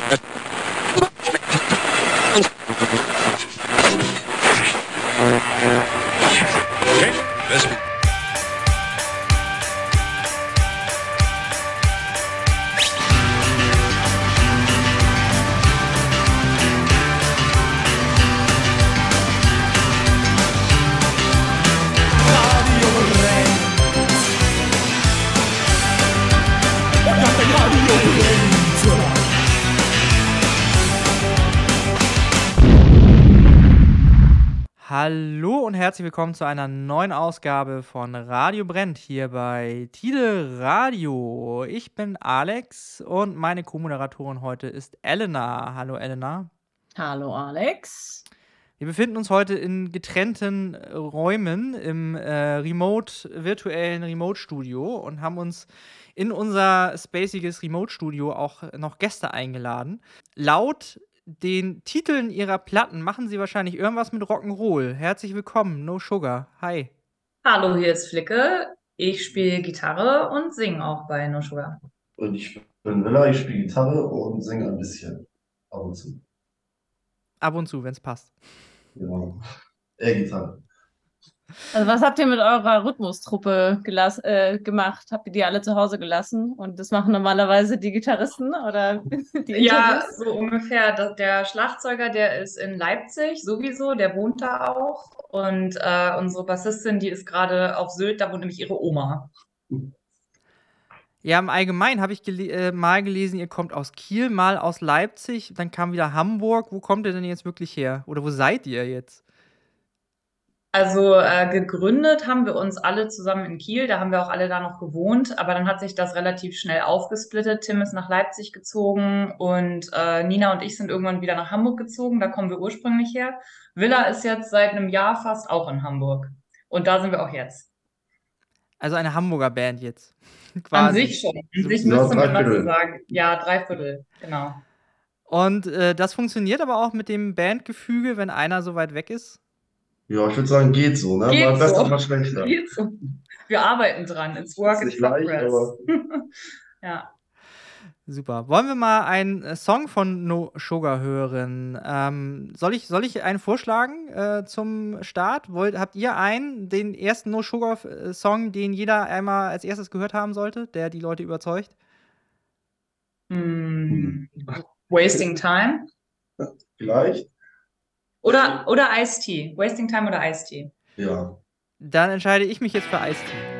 Hallo und herzlich willkommen zu einer neuen Ausgabe von Radio Brennt hier bei Tide Radio. Ich bin Alex und meine Co-Moderatorin heute ist Elena. Hallo Elena. Hallo Alex. Wir befinden uns heute in getrennten Räumen im virtuellen Remote-Studio und haben uns in unser spaciges Remote-Studio auch noch Gäste eingeladen. Laut den Titeln ihrer Platten machen sie wahrscheinlich irgendwas mit Rock'n'Roll. Herzlich willkommen, No Sugar. Hi. Hallo, hier ist Flicke. Ich spiele Gitarre und singe auch bei No Sugar. Und ich bin Willa, ich spiele Gitarre und singe ein bisschen. Ab und zu. Ab und zu, wenn es passt. Genau. Gitarre. Also was habt ihr mit eurer Rhythmustruppe gemacht? Habt ihr die alle zu Hause gelassen? Und das machen normalerweise die Gitarristen oder die Ja, Interviews? so ungefähr. Der Schlagzeuger, der ist in Leipzig sowieso, der wohnt da auch. Und unsere Bassistin, die ist gerade auf Sylt, da wohnt nämlich ihre Oma. Ja, im Allgemeinen habe ich mal gelesen, ihr kommt aus Kiel, mal aus Leipzig, dann kam wieder Hamburg. Wo kommt ihr denn jetzt wirklich her? Oder wo seid ihr jetzt? Also gegründet haben wir uns alle zusammen in Kiel, da haben wir auch alle da noch gewohnt, aber dann hat sich das relativ schnell aufgesplittet. Tim ist nach Leipzig gezogen und Nina und ich sind irgendwann wieder nach Hamburg gezogen, da kommen wir ursprünglich her. Willa ist jetzt seit einem Jahr fast auch in Hamburg und da sind wir auch jetzt. Also eine Hamburger Band jetzt. An sich schon. An sich Ja, müsste man das so Dreiviertel. sagen. Ja, 3/4, genau. Und das funktioniert aber auch mit dem Bandgefüge, wenn einer so weit weg ist? Ja, ich würde sagen, geht so, ne? Geht Mal besser, so. mal schlechter. Geht so. Wir arbeiten dran. It's work Ist in nicht leicht, progress. aber Ja. Super. Wollen wir mal einen Song von No Sugar hören? Soll ich einen vorschlagen zum Start? Habt ihr den ersten No Sugar Song, den jeder einmal als erstes gehört haben sollte, der die Leute überzeugt? Wasting Time. vielleicht. Oder Ice-T. Wasting Time oder Ice-T. Ja. Dann entscheide ich mich jetzt für Ice-T.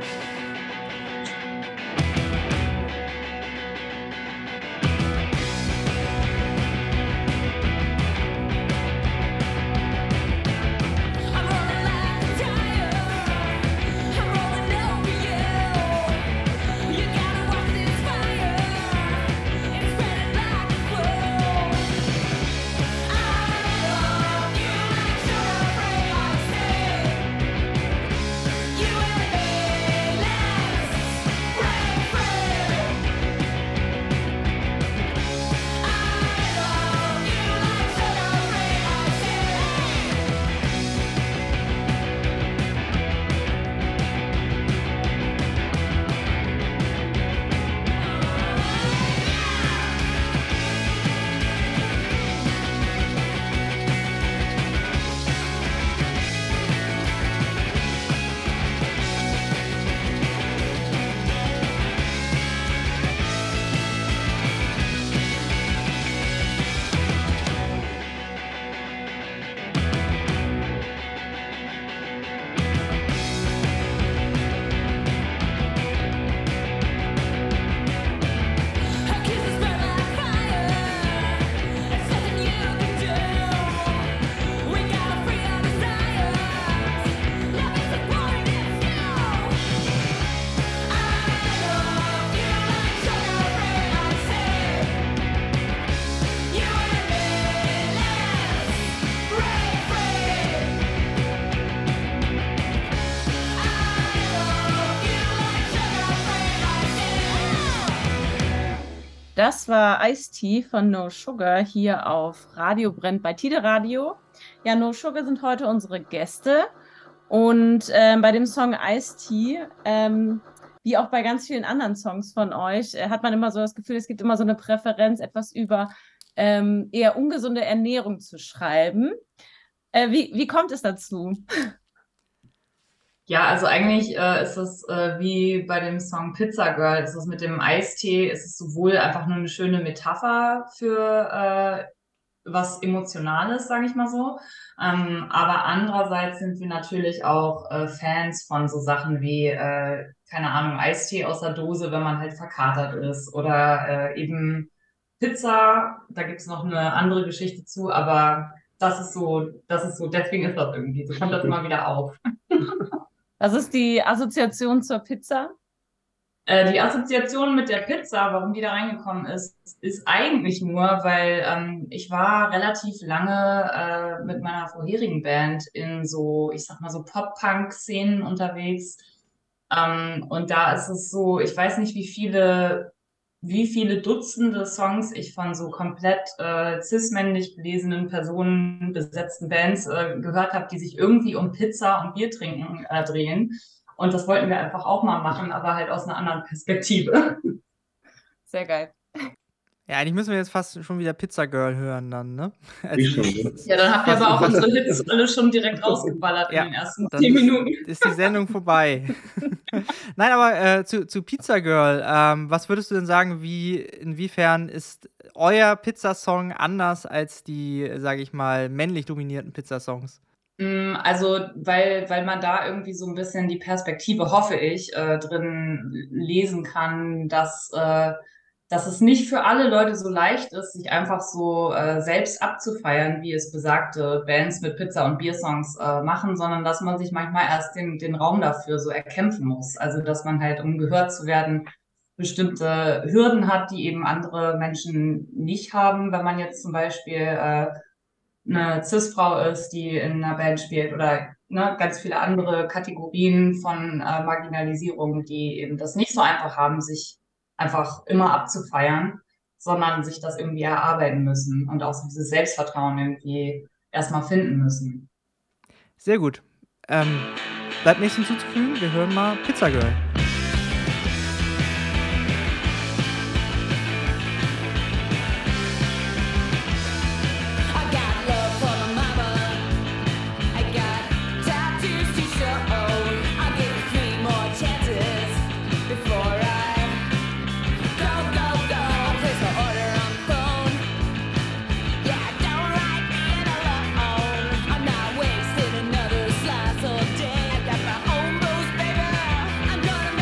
Das war Ice-T von No Sugar hier auf Radio Brennt bei Tide Radio. Ja, No Sugar sind heute unsere Gäste und bei dem Song Ice-T, wie auch bei ganz vielen anderen Songs von euch, hat man immer so das Gefühl, es gibt immer so eine Präferenz, etwas über eher ungesunde Ernährung zu schreiben. Wie kommt es dazu? Ja, also eigentlich ist es wie bei dem Song Pizza Girl, ist es mit dem Eistee, ist es sowohl einfach nur eine schöne Metapher für was Emotionales, sage ich mal so. Aber andererseits sind wir natürlich auch Fans von so Sachen wie, keine Ahnung, Eistee aus der Dose, wenn man halt verkatert ist. Oder eben Pizza, da gibt's noch eine andere Geschichte zu, aber deswegen ist das irgendwie, so kommt das immer wieder auf. Was ist die Assoziation zur Pizza? Die Assoziation mit der Pizza, warum die da reingekommen ist eigentlich nur, weil ich war relativ lange mit meiner vorherigen Band in so, ich sag mal so Pop-Punk-Szenen unterwegs. Und da ist es so, ich weiß nicht, wie viele Dutzende Songs ich von so komplett cis-männlich belesenen Personen besetzten Bands gehört habe, die sich irgendwie um Pizza und Bier trinken drehen. Und das wollten wir einfach auch mal machen, aber halt aus einer anderen Perspektive. Sehr geil. Ja, eigentlich müssen wir jetzt fast schon wieder Pizza Girl hören dann, ne? Wie schon, ne? Ja, dann habt ihr aber auch unsere Hits alle schon direkt rausgeballert in den ersten dann 10 Minuten. ist die Sendung vorbei. Nein, aber zu Pizza Girl, was würdest du denn sagen, inwiefern ist euer Pizzasong anders als die, sage ich mal, männlich dominierten Pizzasongs? Also, weil man da irgendwie so ein bisschen die Perspektive, hoffe ich, drin lesen kann, dass es nicht für alle Leute so leicht ist, sich einfach so selbst abzufeiern, wie es besagte Bands mit Pizza- und Biersongs machen, sondern dass man sich manchmal erst den Raum dafür so erkämpfen muss. Also, dass man halt, um gehört zu werden, bestimmte Hürden hat, die eben andere Menschen nicht haben. Wenn man jetzt zum Beispiel eine Cis-Frau ist, die in einer Band spielt oder ne, ganz viele andere Kategorien von Marginalisierung, die eben das nicht so einfach haben, sich einfach immer abzufeiern, sondern sich das irgendwie erarbeiten müssen und auch so dieses Selbstvertrauen irgendwie erstmal finden müssen. Sehr gut. Bleibt nichts hinzuzufügen, wir hören mal Pizza Girl. I'm gonna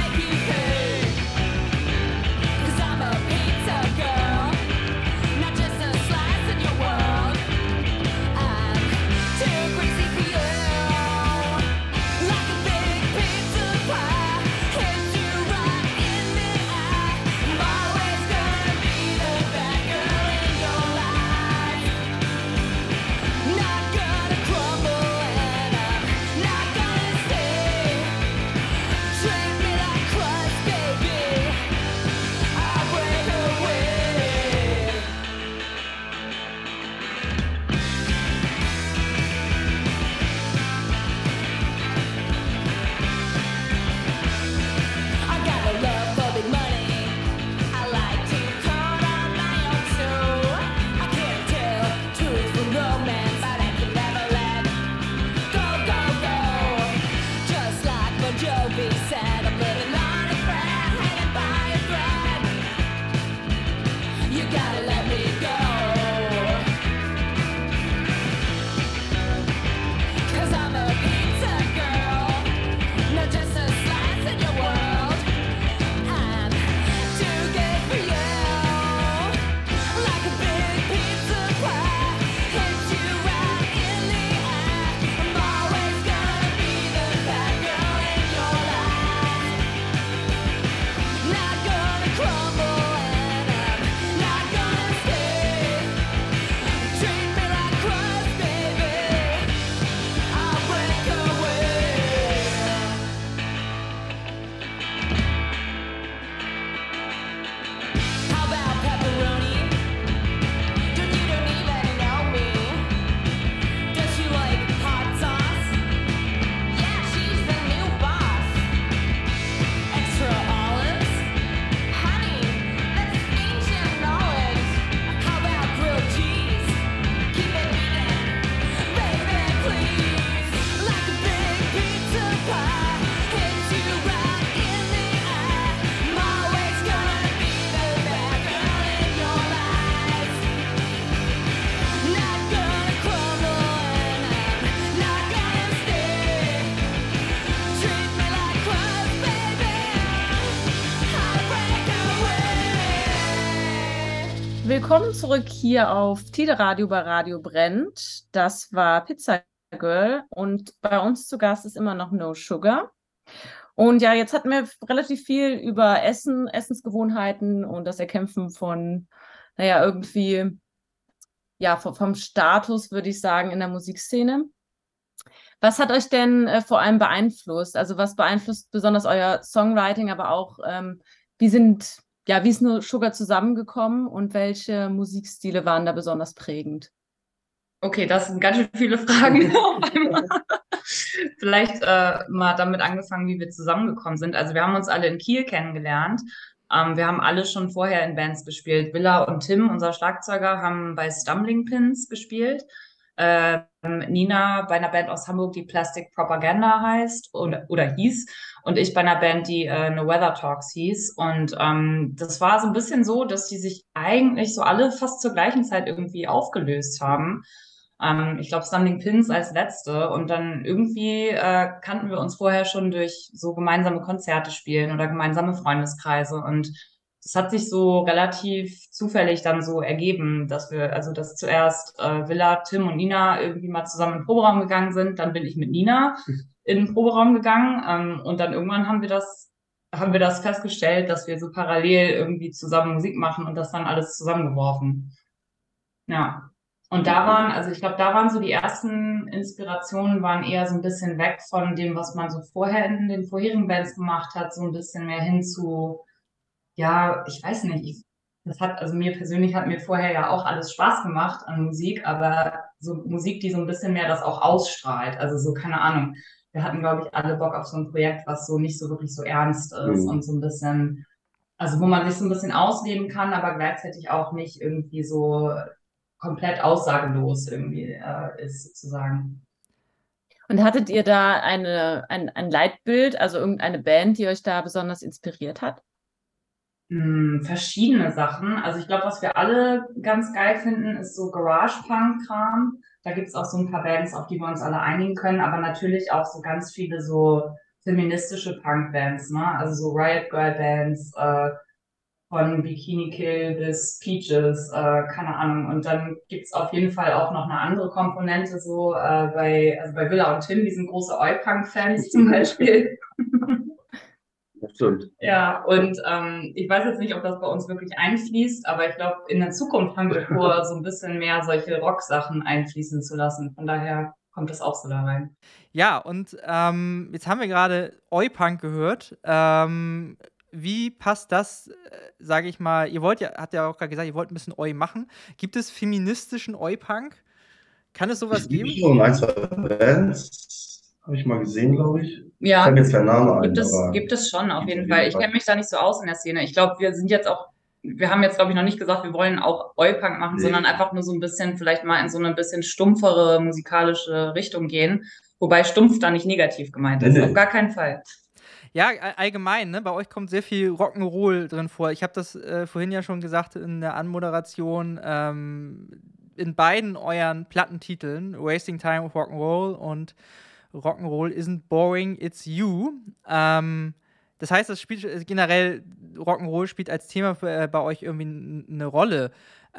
Willkommen zurück hier auf Tide Radio bei Radio Brennt. Das war Pizza Girl und bei uns zu Gast ist immer noch No Sugar. Und ja, jetzt hatten wir relativ viel über Essen, Essensgewohnheiten und das Erkämpfen von, naja, irgendwie, ja, vom Status, würde ich sagen, in der Musikszene. Was hat euch denn vor allem beeinflusst? Also was beeinflusst besonders euer Songwriting, aber auch wie ist No Sugar zusammengekommen und welche Musikstile waren da besonders prägend? Okay, das sind ganz schön viele Fragen auf einmal. Vielleicht mal damit angefangen, wie wir zusammengekommen sind. Also wir haben uns alle in Kiel kennengelernt. Wir haben alle schon vorher in Bands gespielt. Willa und Tim, unser Schlagzeuger, haben bei Stumbling Pins gespielt. Nina bei einer Band aus Hamburg, die Plastic Propaganda heißt oder hieß. Und ich bei einer Band, die No Weather Talks hieß. Und das war so ein bisschen so, dass die sich eigentlich so alle fast zur gleichen Zeit irgendwie aufgelöst haben. Ich glaube, Stumbling Pins als letzte. Und dann irgendwie kannten wir uns vorher schon durch so gemeinsame Konzerte spielen oder gemeinsame Freundeskreise. Und das hat sich so relativ zufällig dann so ergeben, dass zuerst Willa, Tim und Nina irgendwie mal zusammen in den Proberaum gegangen sind. Dann bin ich mit Nina in den Proberaum gegangen. Und dann irgendwann haben wir das festgestellt, dass wir so parallel irgendwie zusammen Musik machen und das dann alles zusammengeworfen. Ja. Und ich glaube, da waren so die ersten Inspirationen, waren eher so ein bisschen weg von dem, was man so vorher in den vorherigen Bands gemacht hat, so ein bisschen mehr hin zu, ja, ich weiß nicht, also mir persönlich hat mir vorher ja auch alles Spaß gemacht an Musik, aber so Musik, die so ein bisschen mehr das auch ausstrahlt, also so, keine Ahnung. Wir hatten, glaube ich, alle Bock auf so ein Projekt, was so nicht so wirklich so ernst ist und so ein bisschen, also wo man sich so ein bisschen ausleben kann, aber gleichzeitig auch nicht irgendwie so komplett aussagelos irgendwie ist, sozusagen. Und hattet ihr da ein Leitbild, also irgendeine Band, die euch da besonders inspiriert hat? Verschiedene Sachen. Also ich glaube, was wir alle ganz geil finden, ist so Garage-Punk-Kram. Da gibt's auch so ein paar Bands, auf die wir uns alle einigen können, aber natürlich auch so ganz viele so feministische Punk-Bands, ne? Also so Riot Girl-Bands, von Bikini Kill bis Peaches, keine Ahnung. Und dann gibt's auf jeden Fall auch noch eine andere Komponente, so bei Willa und Tim, die sind große Oi-Punk-Fans zum Beispiel. Das stimmt. Ja, und ich weiß jetzt nicht, ob das bei uns wirklich einfließt, aber ich glaube, in der Zukunft haben wir vor, so ein bisschen mehr solche Rock-Sachen einfließen zu lassen. Von daher kommt das auch so da rein. Ja, und jetzt haben wir gerade Oi-Punk gehört. Wie passt das, sage ich mal, habt ja auch gerade gesagt, ihr wollt ein bisschen Oi machen. Gibt es feministischen Oi-Punk? Kann es sowas geben? Schon ein, zwei Bands habe ich mal gesehen, glaube ich. Ja, Fällt mir jetzt kein Name ein, aber gibt es schon, auf gibt's jeden auf Fall. jeden Ich Fall. kenne mich da nicht so aus in der Szene. Ich glaube, wir haben jetzt, glaube ich, noch nicht gesagt, wir wollen auch Oi-Punk machen, Nee. sondern einfach nur so ein bisschen, vielleicht mal in so eine bisschen stumpfere musikalische Richtung gehen. Wobei stumpf da nicht negativ gemeint ist. Nee. Auf gar keinen Fall. Ja, allgemein, ne? Bei euch kommt sehr viel Rock'n'Roll drin vor. Ich habe das vorhin ja schon gesagt in der Anmoderation. In beiden euren Plattentiteln, Wasting Time with Rock'n'Roll und Rock'n'Roll Isn't Boring, It's You. Das heißt, das spielt generell, Rock'n'Roll spielt als Thema bei euch irgendwie eine Rolle.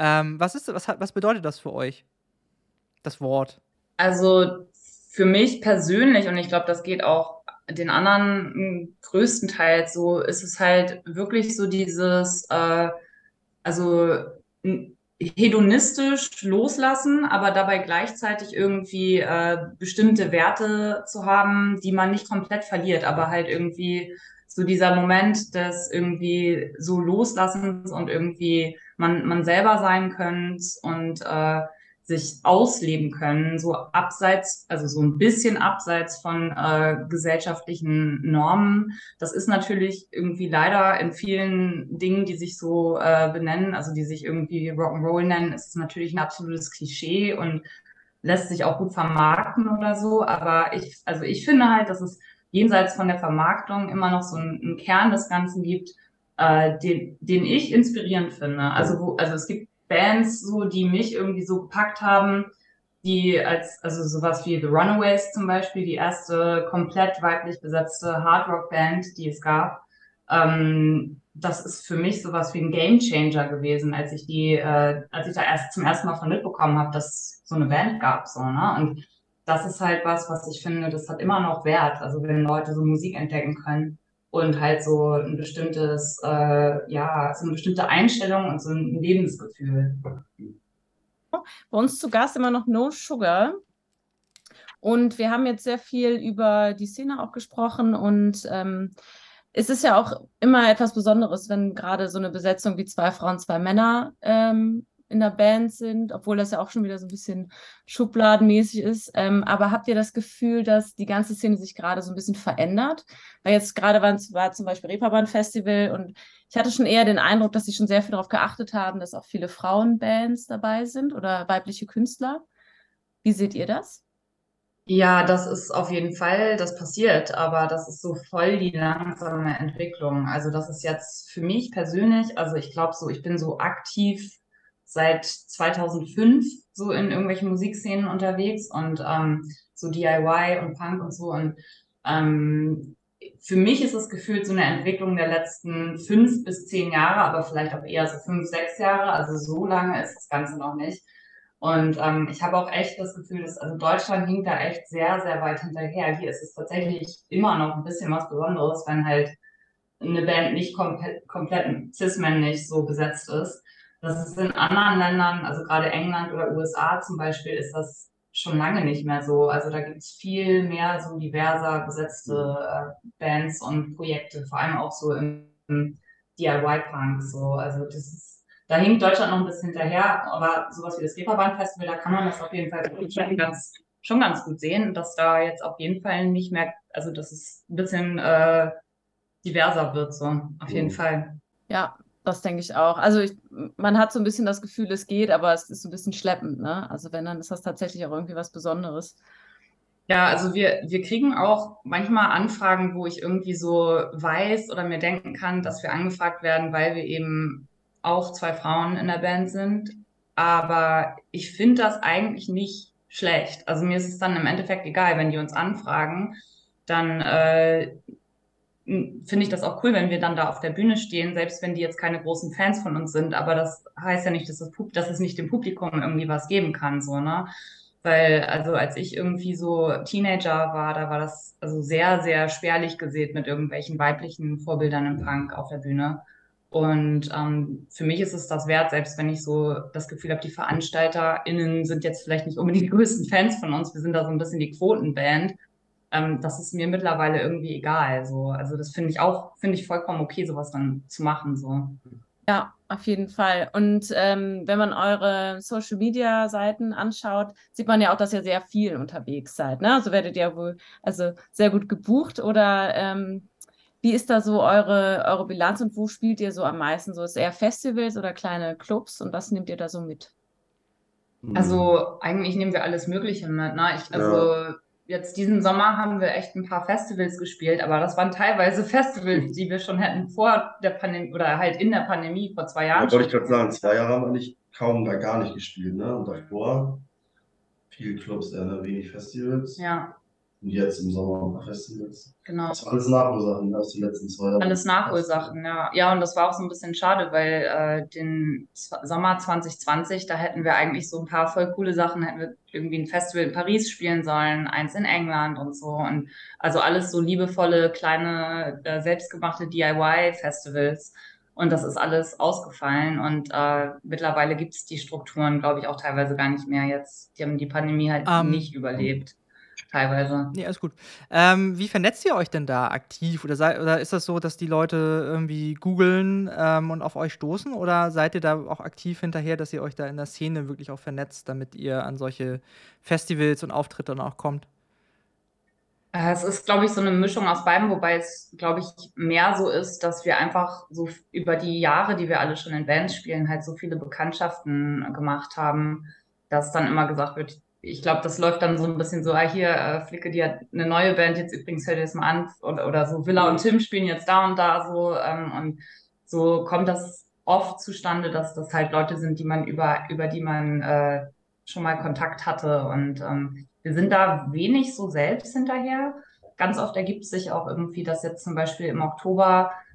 Was bedeutet das für euch, das Wort? Also für mich persönlich, und ich glaube, das geht auch den anderen größtenteils so, ist es halt wirklich so dieses, hedonistisch loslassen, aber dabei gleichzeitig irgendwie bestimmte Werte zu haben, die man nicht komplett verliert, aber halt irgendwie so dieser Moment des irgendwie so Loslassens und irgendwie man selber sein könnt und sich ausleben können, so abseits, also so ein bisschen abseits von gesellschaftlichen Normen. Das ist natürlich irgendwie leider in vielen Dingen, die sich so benennen, also die sich irgendwie Rock'n'Roll nennen, ist es natürlich ein absolutes Klischee und lässt sich auch gut vermarkten oder so. Aber ich finde halt, dass es jenseits von der Vermarktung immer noch so einen Kern des Ganzen gibt, den ich inspirierend finde. Also es gibt Bands, so, die mich irgendwie so gepackt haben, also sowas wie The Runaways zum Beispiel, die erste komplett weiblich besetzte Hardrock-Band, die es gab, das ist für mich sowas wie ein Gamechanger gewesen, als ich da zum ersten Mal von mitbekommen habe, dass es so eine Band gab, so, ne? Und das ist halt was ich finde, das hat immer noch Wert. Also wenn Leute so Musik entdecken können und halt so ein bestimmtes, ja, so eine bestimmte Einstellung und so ein Lebensgefühl. Bei uns zu Gast immer noch No Sugar. Und wir haben jetzt sehr viel über die Szene auch gesprochen und es ist ja auch immer etwas Besonderes, wenn gerade so eine Besetzung wie 2 Frauen, 2 Männer in der Band sind, obwohl das ja auch schon wieder so ein bisschen schubladenmäßig ist. Aber habt ihr das Gefühl, dass die ganze Szene sich gerade so ein bisschen verändert? Weil jetzt gerade war zum Beispiel Reeperbahn Festival und ich hatte schon eher den Eindruck, dass sie schon sehr viel darauf geachtet haben, dass auch viele Frauenbands dabei sind oder weibliche Künstler. Wie seht ihr das? Ja, das ist auf jeden Fall, das passiert, aber das ist so voll die langsame Entwicklung. Also das ist jetzt für mich persönlich, also ich glaube so, ich bin so aktiv seit 2005 so in irgendwelchen Musikszenen unterwegs und so DIY und Punk und so. Und für mich ist es gefühlt so eine Entwicklung der letzten 5 bis 10 Jahre, aber vielleicht auch eher so 5, 6 Jahre. Also so lange ist das Ganze noch nicht. Und ich habe auch echt das Gefühl, dass also Deutschland hinkt da echt sehr, sehr weit hinterher. Hier ist es tatsächlich immer noch ein bisschen was Besonderes, wenn halt eine Band nicht komplett cis-männlich so besetzt ist. Das ist in anderen Ländern, also gerade England oder USA zum Beispiel, ist das schon lange nicht mehr so. Also da gibt es viel mehr so diverser besetzte Bands und Projekte, vor allem auch so im DIY-Punk. So. Also das ist, da hinkt Deutschland noch ein bisschen hinterher, aber sowas wie das Reeperbahn-Festival, da kann man das auf jeden Fall schon ganz gut sehen, dass da jetzt auf jeden Fall nicht mehr, also dass es ein bisschen diverser wird, so, auf jeden Fall. Ja, das denke ich auch. Also man hat so ein bisschen das Gefühl, es geht, aber es ist so ein bisschen schleppend, ne? Also wenn, dann ist das tatsächlich auch irgendwie was Besonderes. Ja, also wir kriegen auch manchmal Anfragen, wo ich irgendwie so weiß oder mir denken kann, dass wir angefragt werden, weil wir eben auch 2 Frauen in der Band sind. Aber ich finde das eigentlich nicht schlecht. Also mir ist es dann im Endeffekt egal, wenn die uns anfragen, dann finde ich das auch cool, wenn wir dann da auf der Bühne stehen, selbst wenn die jetzt keine großen Fans von uns sind. Aber das heißt ja nicht, dass es nicht dem Publikum irgendwie was geben kann, so, ne? Weil, also als ich irgendwie so Teenager war, da war das also sehr, sehr spärlich gesät mit irgendwelchen weiblichen Vorbildern im Punk auf der Bühne. Und für mich ist es das wert, selbst wenn ich so das Gefühl habe, die VeranstalterInnen sind jetzt vielleicht nicht unbedingt die größten Fans von uns, wir sind da so ein bisschen die Quotenband. Das ist mir mittlerweile irgendwie egal. So. Also das finde ich vollkommen okay, sowas dann zu machen. So. Ja, auf jeden Fall. Und wenn man eure Social-Media-Seiten anschaut, sieht man ja auch, dass ihr sehr viel unterwegs seid, ne? Also werdet ihr wohl also sehr gut gebucht oder wie ist da so eure Bilanz und wo spielt ihr so am meisten? So ist es eher Festivals oder kleine Clubs und was nehmt ihr da so mit? Also eigentlich nehmen wir alles Mögliche mit. Ne? Also jetzt diesen Sommer haben wir echt ein paar Festivals gespielt, aber das waren teilweise Festivals, die wir schon hätten vor der Pandemie oder halt in der Pandemie vor 2 Jahren Da wollte schon. ich gerade sagen, 2 Jahre haben wir nicht kaum oder gar nicht gespielt, ne? Und davor viele Clubs, wenig Festivals. Ja, Und jetzt im Sommer ein paar Festivals. genau. Das war alles Nachursachen, ne, aus den letzten 2 Jahren. Alles Nachursachen, ja. Ja, und das war auch so ein bisschen schade, weil den Sommer 2020, da hätten wir eigentlich so ein paar voll coole Sachen, hätten wir irgendwie ein Festival in Paris spielen sollen, eins in England und so. Und also alles so liebevolle, kleine, selbstgemachte DIY-Festivals. Und das ist alles ausgefallen. Und mittlerweile gibt es die Strukturen, glaube ich, auch teilweise gar nicht mehr jetzt. Die haben die Pandemie halt nicht überlebt. Teilweise. Nee, alles gut. Wie vernetzt ihr euch denn da aktiv? Oder ist das so, dass die Leute irgendwie googeln und auf euch stoßen? Oder seid ihr da auch aktiv hinterher, dass ihr euch da in der Szene wirklich auch vernetzt, damit ihr an solche Festivals und Auftritte dann auch kommt? Es ist, glaube ich, so eine Mischung aus beidem, wobei es, glaube ich, mehr so ist, dass wir einfach so über die Jahre, die wir alle schon in Bands spielen, halt so viele Bekanntschaften gemacht haben, dass dann immer gesagt wird, ich glaube, das läuft dann so ein bisschen so, hier, Flicke, die hat eine neue Band, jetzt übrigens hört ihr das mal an, oder so, Villa und Tim spielen jetzt da und da so, und so kommt das oft zustande, dass das halt Leute sind, über die man schon mal Kontakt hatte und wir sind da wenig so selbst hinterher. Ganz oft ergibt sich auch irgendwie, dass jetzt zum Beispiel im Oktober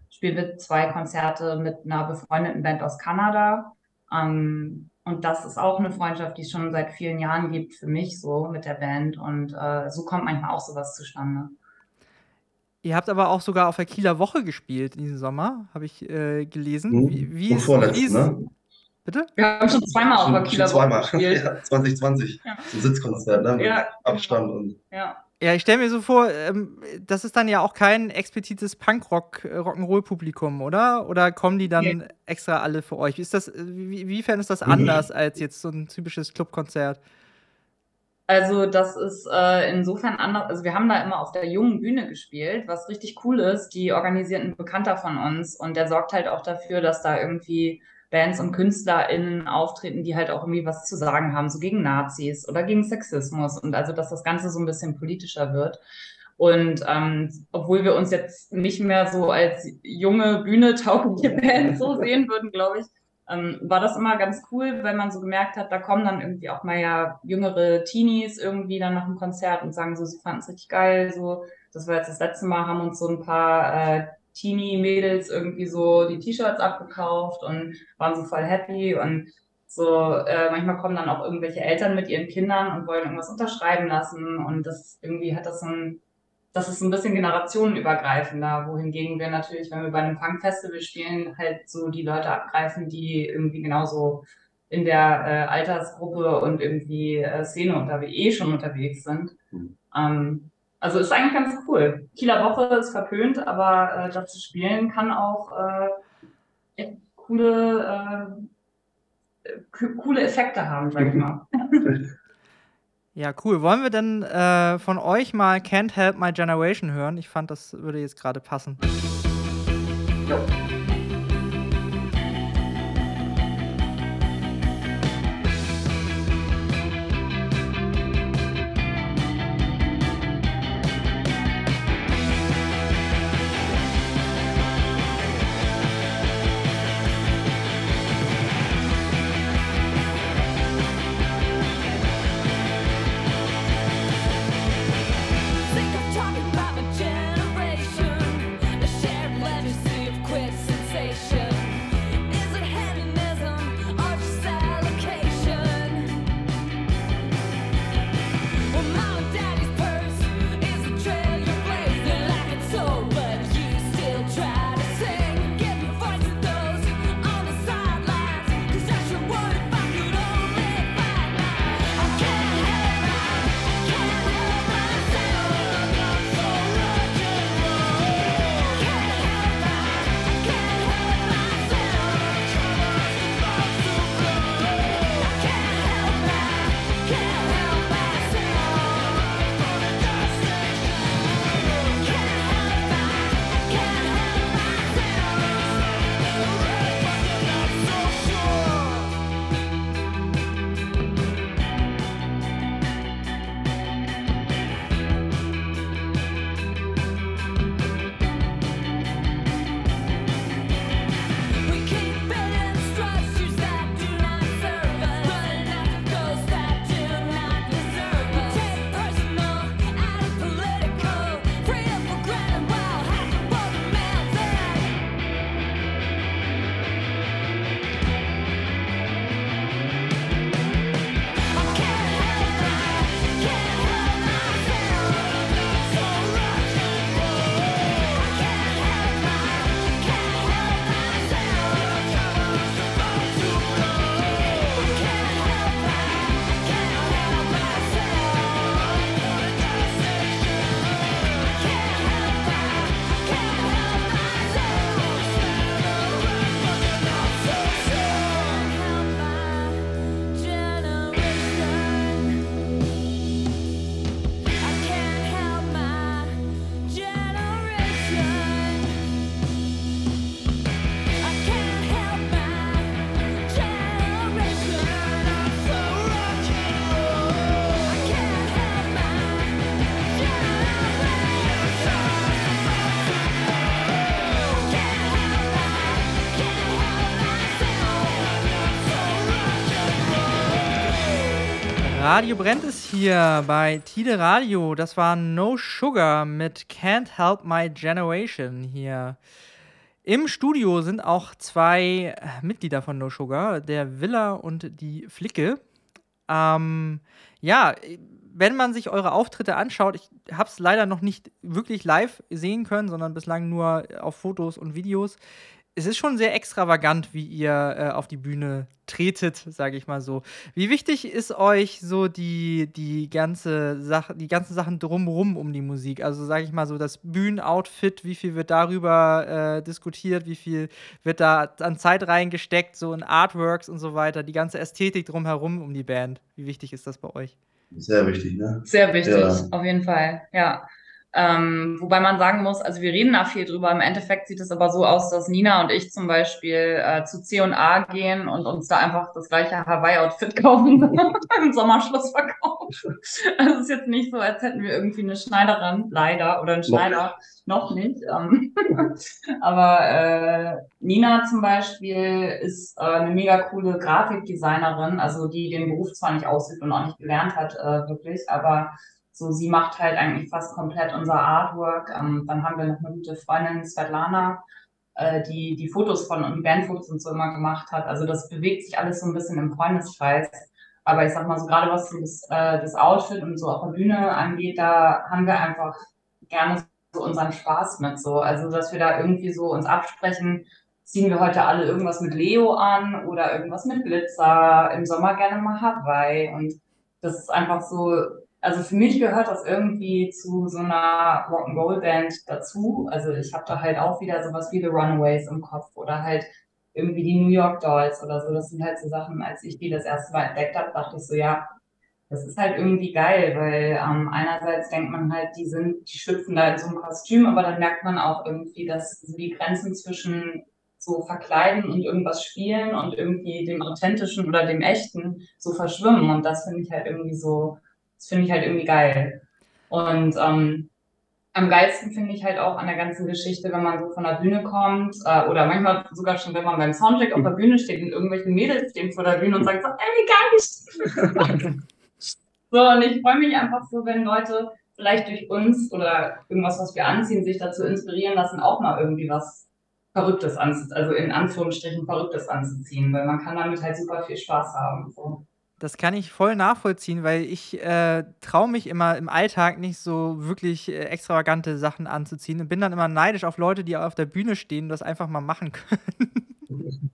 spielen wir 2 Konzerte mit einer befreundeten Band aus Kanada. Und das ist auch eine Freundschaft, die es schon seit vielen Jahren gibt für mich so mit der Band. Und so kommt manchmal auch sowas zustande. Ihr habt aber auch sogar auf der Kieler Woche gespielt in diesem Sommer, habe ich gelesen. Wie Und ist, vorletzt, wie ist, ne? bitte? Wir haben schon zweimal auf der Schon Kieler Woche zweimal. gespielt. Ja, 2020. Ja. So ein Sitzkonzert, ne? Mit Ja, Abstand und. Ja. Ja, ich stelle mir so vor, das ist dann ja auch kein explizites Punkrock-Rock'n'Roll-Publikum, oder? Oder kommen die dann extra alle für euch? Wiefern ist das anders als jetzt so ein typisches Clubkonzert? Also das ist insofern anders. Also wir haben da immer auf der jungen Bühne gespielt, was richtig cool ist. Die organisieren einen Bekannter von uns und der sorgt halt auch dafür, dass da irgendwie Bands und KünstlerInnen auftreten, die halt auch irgendwie was zu sagen haben, so gegen Nazis oder gegen Sexismus und also, dass das Ganze so ein bisschen politischer wird. Und obwohl wir uns jetzt nicht mehr so als junge, bühnetaugliche Band so sehen würden, glaube ich, war das immer ganz cool, weil man so gemerkt hat, da kommen dann irgendwie auch mal ja jüngere Teenies irgendwie dann nach dem Konzert und sagen so, sie fanden es richtig geil, so. Das war jetzt das letzte Mal, haben uns so ein paar Teenie-Mädels irgendwie so die T-Shirts abgekauft und waren so voll happy und so, manchmal kommen dann auch irgendwelche Eltern mit ihren Kindern und wollen irgendwas unterschreiben lassen und das irgendwie hat das das ist ein bisschen generationenübergreifender, wohingegen wir natürlich, wenn wir bei einem Punk-Festival spielen, halt so die Leute abgreifen, die irgendwie genauso in der Altersgruppe und irgendwie Szene schon unterwegs sind. Also ist eigentlich ganz cool. Kieler Woche ist verpönt, aber das zu spielen kann auch echt coole Effekte haben, sag ich mal. Ja, cool. Wollen wir denn von euch mal Can't Help My Generation hören? Ich fand, das würde jetzt gerade passen. Jo. Radio Brennt ist hier bei Tide Radio. Das war No Sugar mit Can't Help My Generation hier Im Studio sind auch 2 Mitglieder von No Sugar, der Willa und die Flicke. Ja, wenn man sich eure Auftritte anschaut, ich habe es leider noch nicht wirklich live sehen können, sondern bislang nur auf Fotos und Videos. Es ist schon sehr extravagant, wie ihr auf die Bühne tretet, sage ich mal so. Wie wichtig ist euch so die ganzen Sachen drumherum um die Musik? Also sage ich mal so das Bühnenoutfit, wie viel wird darüber diskutiert, wie viel wird da an Zeit reingesteckt, so in Artworks und so weiter, die ganze Ästhetik drumherum um die Band. Wie wichtig ist das bei euch? Sehr wichtig, ne? Sehr wichtig, Ja. auf jeden Fall, ja. Wobei man sagen muss, also wir reden da viel drüber. Im Endeffekt sieht es aber so aus, dass Nina und ich zum Beispiel zu C&A gehen und uns da einfach das gleiche Hawaii-Outfit kaufen im Sommerschlussverkauf. Also es ist jetzt nicht so, als hätten wir irgendwie eine Schneiderin, leider, oder einen Schneider, noch nicht. Aber Nina zum Beispiel ist eine mega coole Grafikdesignerin, also die den Beruf zwar nicht ausübt und auch nicht gelernt hat, wirklich, aber so, sie macht halt eigentlich fast komplett unser Artwork. Dann haben wir noch eine gute Freundin, Svetlana, die Fotos und die Bandfotos und so immer gemacht hat. Also das bewegt sich alles so ein bisschen im Freundeskreis. Aber ich sag mal so, gerade was so das Outfit und so auf der Bühne angeht, da haben wir einfach gerne so unseren Spaß mit so. Also, dass wir da irgendwie so uns absprechen, ziehen wir heute alle irgendwas mit Leo an oder irgendwas mit Glitzer, im Sommer gerne mal Hawaii. Und das ist einfach so, also für mich gehört das irgendwie zu so einer Rock'n'Roll-Band dazu. Also ich habe da halt auch wieder sowas wie The Runaways im Kopf oder halt irgendwie die New York Dolls oder so. Das sind halt so Sachen, als ich die das erste Mal entdeckt habe, dachte ich so, ja, das ist halt irgendwie geil, weil einerseits denkt man halt, die schlüpfen da in so einem Kostüm, aber dann merkt man auch irgendwie, dass so die Grenzen zwischen so verkleiden und irgendwas spielen und irgendwie dem Authentischen oder dem Echten so verschwimmen. Und das finde ich halt irgendwie geil. Und am geilsten finde ich halt auch an der ganzen Geschichte, wenn man so von der Bühne kommt, oder manchmal sogar schon, wenn man beim Soundcheck auf der Bühne steht und irgendwelche Mädels stehen vor der Bühne und sagen so, ey, wie geil! So, und ich freue mich einfach so, wenn Leute vielleicht durch uns oder irgendwas, was wir anziehen, sich dazu inspirieren lassen, auch mal irgendwie was Verrücktes anzuziehen, also in Anführungsstrichen Verrücktes anzuziehen, weil man kann damit halt super viel Spaß haben. So. Das kann ich voll nachvollziehen, weil ich traue mich immer im Alltag nicht so wirklich extravagante Sachen anzuziehen und bin dann immer neidisch auf Leute, die auf der Bühne stehen und das einfach mal machen können.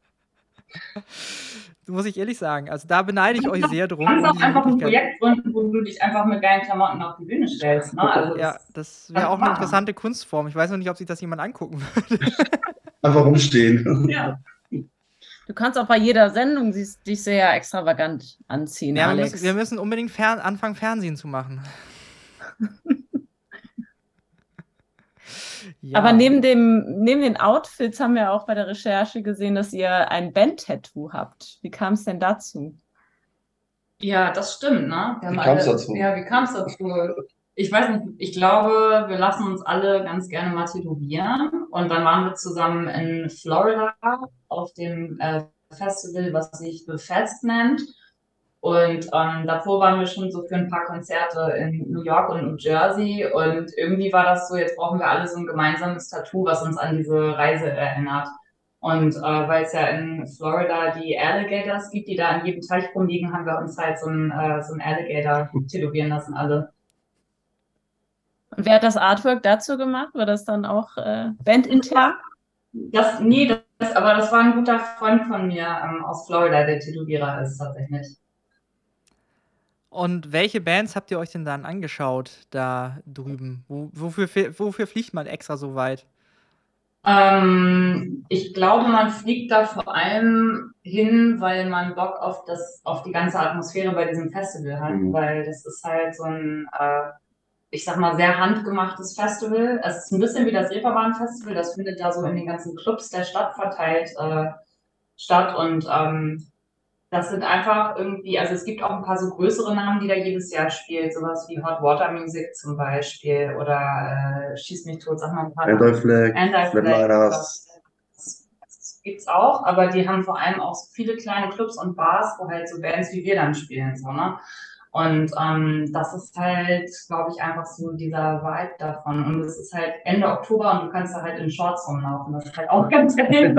Muss ich ehrlich sagen. Also da beneide ich euch sehr drum. Du kannst auch diese einfach ein Möglichkeit. Projekt gründen, wo du dich einfach mit geilen Klamotten auf die Bühne stellst. Ne? Also Ja, das wäre auch eine interessante Kunstform. Ich weiß noch nicht, ob sich das jemand angucken würde. Einfach rumstehen. Ja. Du kannst auch bei jeder Sendung dich sehr extravagant anziehen, Ja, Alex. wir müssen unbedingt anfangen, Fernsehen zu machen. Ja. Aber neben den Outfits haben wir auch bei der Recherche gesehen, dass ihr ein Band-Tattoo habt. Wie kam es denn dazu? Ja, das stimmt, ne? Wie kam es dazu? Ja, wie kam es dazu? Ich weiß nicht, ich glaube, wir lassen uns alle ganz gerne mal tätowieren. Und dann waren wir zusammen in Florida auf dem Festival, was sich The Fest nennt. Und davor waren wir schon so für ein paar Konzerte in New York und New Jersey. Und irgendwie war das so, jetzt brauchen wir alle so ein gemeinsames Tattoo, was uns an diese Reise erinnert. Und weil es ja in Florida die Alligators gibt, die da an jedem Teich rumliegen, haben wir uns halt so ein Alligator tätowieren lassen, alle. Und wer hat das Artwork dazu gemacht? War das dann auch bandintern? Aber das war ein guter Freund von mir aus Florida, der Tätowierer ist tatsächlich. Und welche Bands habt ihr euch denn dann angeschaut da drüben? Wofür fliegt man extra so weit? Ich glaube, man fliegt da vor allem hin, weil man Bock auf die ganze Atmosphäre bei diesem Festival hat, weil das ist halt so ein, ich sag mal, sehr handgemachtes Festival. Es ist ein bisschen wie das Reeperbahn-Festival, das findet da so in den ganzen Clubs der Stadt verteilt statt und das sind einfach irgendwie, also es gibt auch ein paar so größere Namen, die da jedes Jahr spielen, sowas wie Hot Water Music zum Beispiel oder Schieß mich tot, sag mal ein paar Anti Flag, Flatliners. Das gibt's auch, aber die haben vor allem auch so viele kleine Clubs und Bars, wo halt so Bands wie wir dann spielen, so, ne? Und das ist halt, glaube ich, einfach so dieser Vibe davon. Und es ist halt Ende Oktober und du kannst da halt in Shorts rumlaufen. Das ist halt auch ganz geil.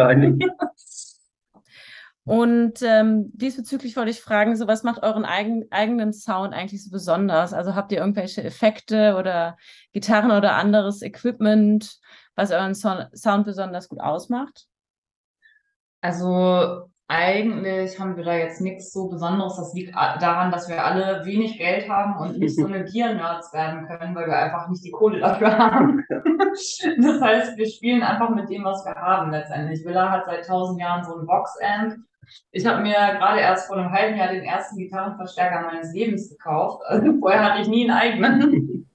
Und diesbezüglich wollte ich fragen, so was macht euren eigenen Sound eigentlich so besonders? Also habt ihr irgendwelche Effekte oder Gitarren oder anderes Equipment, was euren Sound besonders gut ausmacht? Also eigentlich haben wir da jetzt nichts so Besonderes. Das liegt daran, dass wir alle wenig Geld haben und nicht so eine Gear-Nerds werden können, weil wir einfach nicht die Kohle dafür haben. Das heißt, wir spielen einfach mit dem, was wir haben letztendlich. Villa hat seit 1000 Jahren so ein Box-Amp. Ich habe mir gerade erst vor einem halben Jahr den ersten Gitarrenverstärker meines Lebens gekauft. Also vorher hatte ich nie einen eigenen.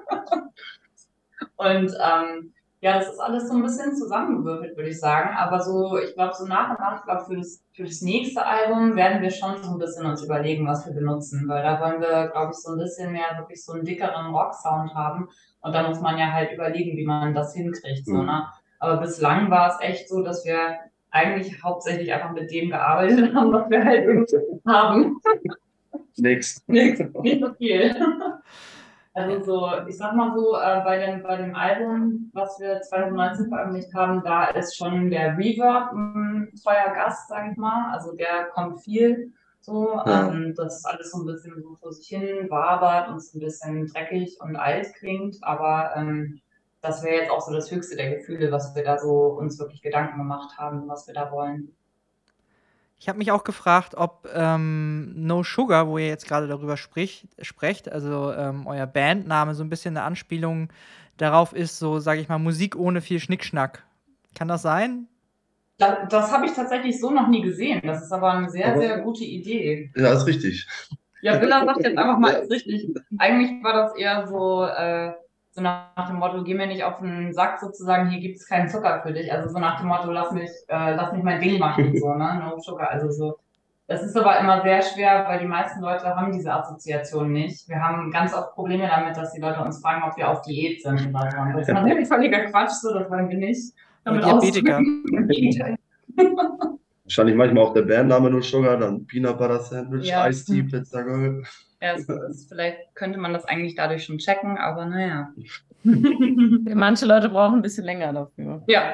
Und ja, das ist alles so ein bisschen zusammengewürfelt, würde ich sagen. Aber so, ich glaube, so nach und nach, ich glaube, für das nächste Album werden wir schon so ein bisschen uns überlegen, was wir benutzen. Weil da wollen wir, glaube ich, so ein bisschen mehr wirklich so einen dickeren Rock-Sound haben. Und da muss man ja halt überlegen, wie man das hinkriegt, so, ne? Aber bislang war es echt so, dass wir eigentlich hauptsächlich einfach mit dem gearbeitet haben, was wir halt irgendwie haben. Nix. Nicht so viel. Also so, ich sag mal so, bei dem Album, was wir 2019 veröffentlicht haben, da ist schon der Reverb ein treuer Gast, sag ich mal. Also der kommt viel so. Ja. Das ist alles so ein bisschen so vor sich hin wabert und so ein bisschen dreckig und alt klingt. Aber das wäre jetzt auch so das höchste der Gefühle, was wir da so uns wirklich Gedanken gemacht haben, was wir da wollen. Ich habe mich auch gefragt, ob No Sugar, wo ihr jetzt gerade darüber sprecht, also euer Bandname so ein bisschen eine Anspielung darauf ist, so sage ich mal, Musik ohne viel Schnickschnack. Kann das sein? Das habe ich tatsächlich so noch nie gesehen. Das ist aber eine sehr, sehr gute Idee. Ja, ist richtig. Ja, Villa sagt jetzt einfach mal, ist richtig. Eigentlich war das eher so, so nach dem Motto, geh mir nicht auf den Sack sozusagen, hier gibt's keinen Zucker für dich. Also so nach dem Motto, lass mich mein Ding machen, so, ne? No Sugar. Also so. Das ist aber immer sehr schwer, weil die meisten Leute haben diese Assoziation nicht. Wir haben ganz oft Probleme damit, dass die Leute uns fragen, ob wir auf Diät sind oder so. Und das ist natürlich völliger Quatsch, so, das wollen wir nicht. Damit Diabetiker. ausdrücken. Wahrscheinlich manchmal auch der Bandname No Sugar, dann Peanut Butter Sandwich, Ja. Ice Tea, Pizza Girl. Ja, vielleicht könnte man das eigentlich dadurch schon checken, aber naja. Manche Leute brauchen ein bisschen länger dafür. Ja.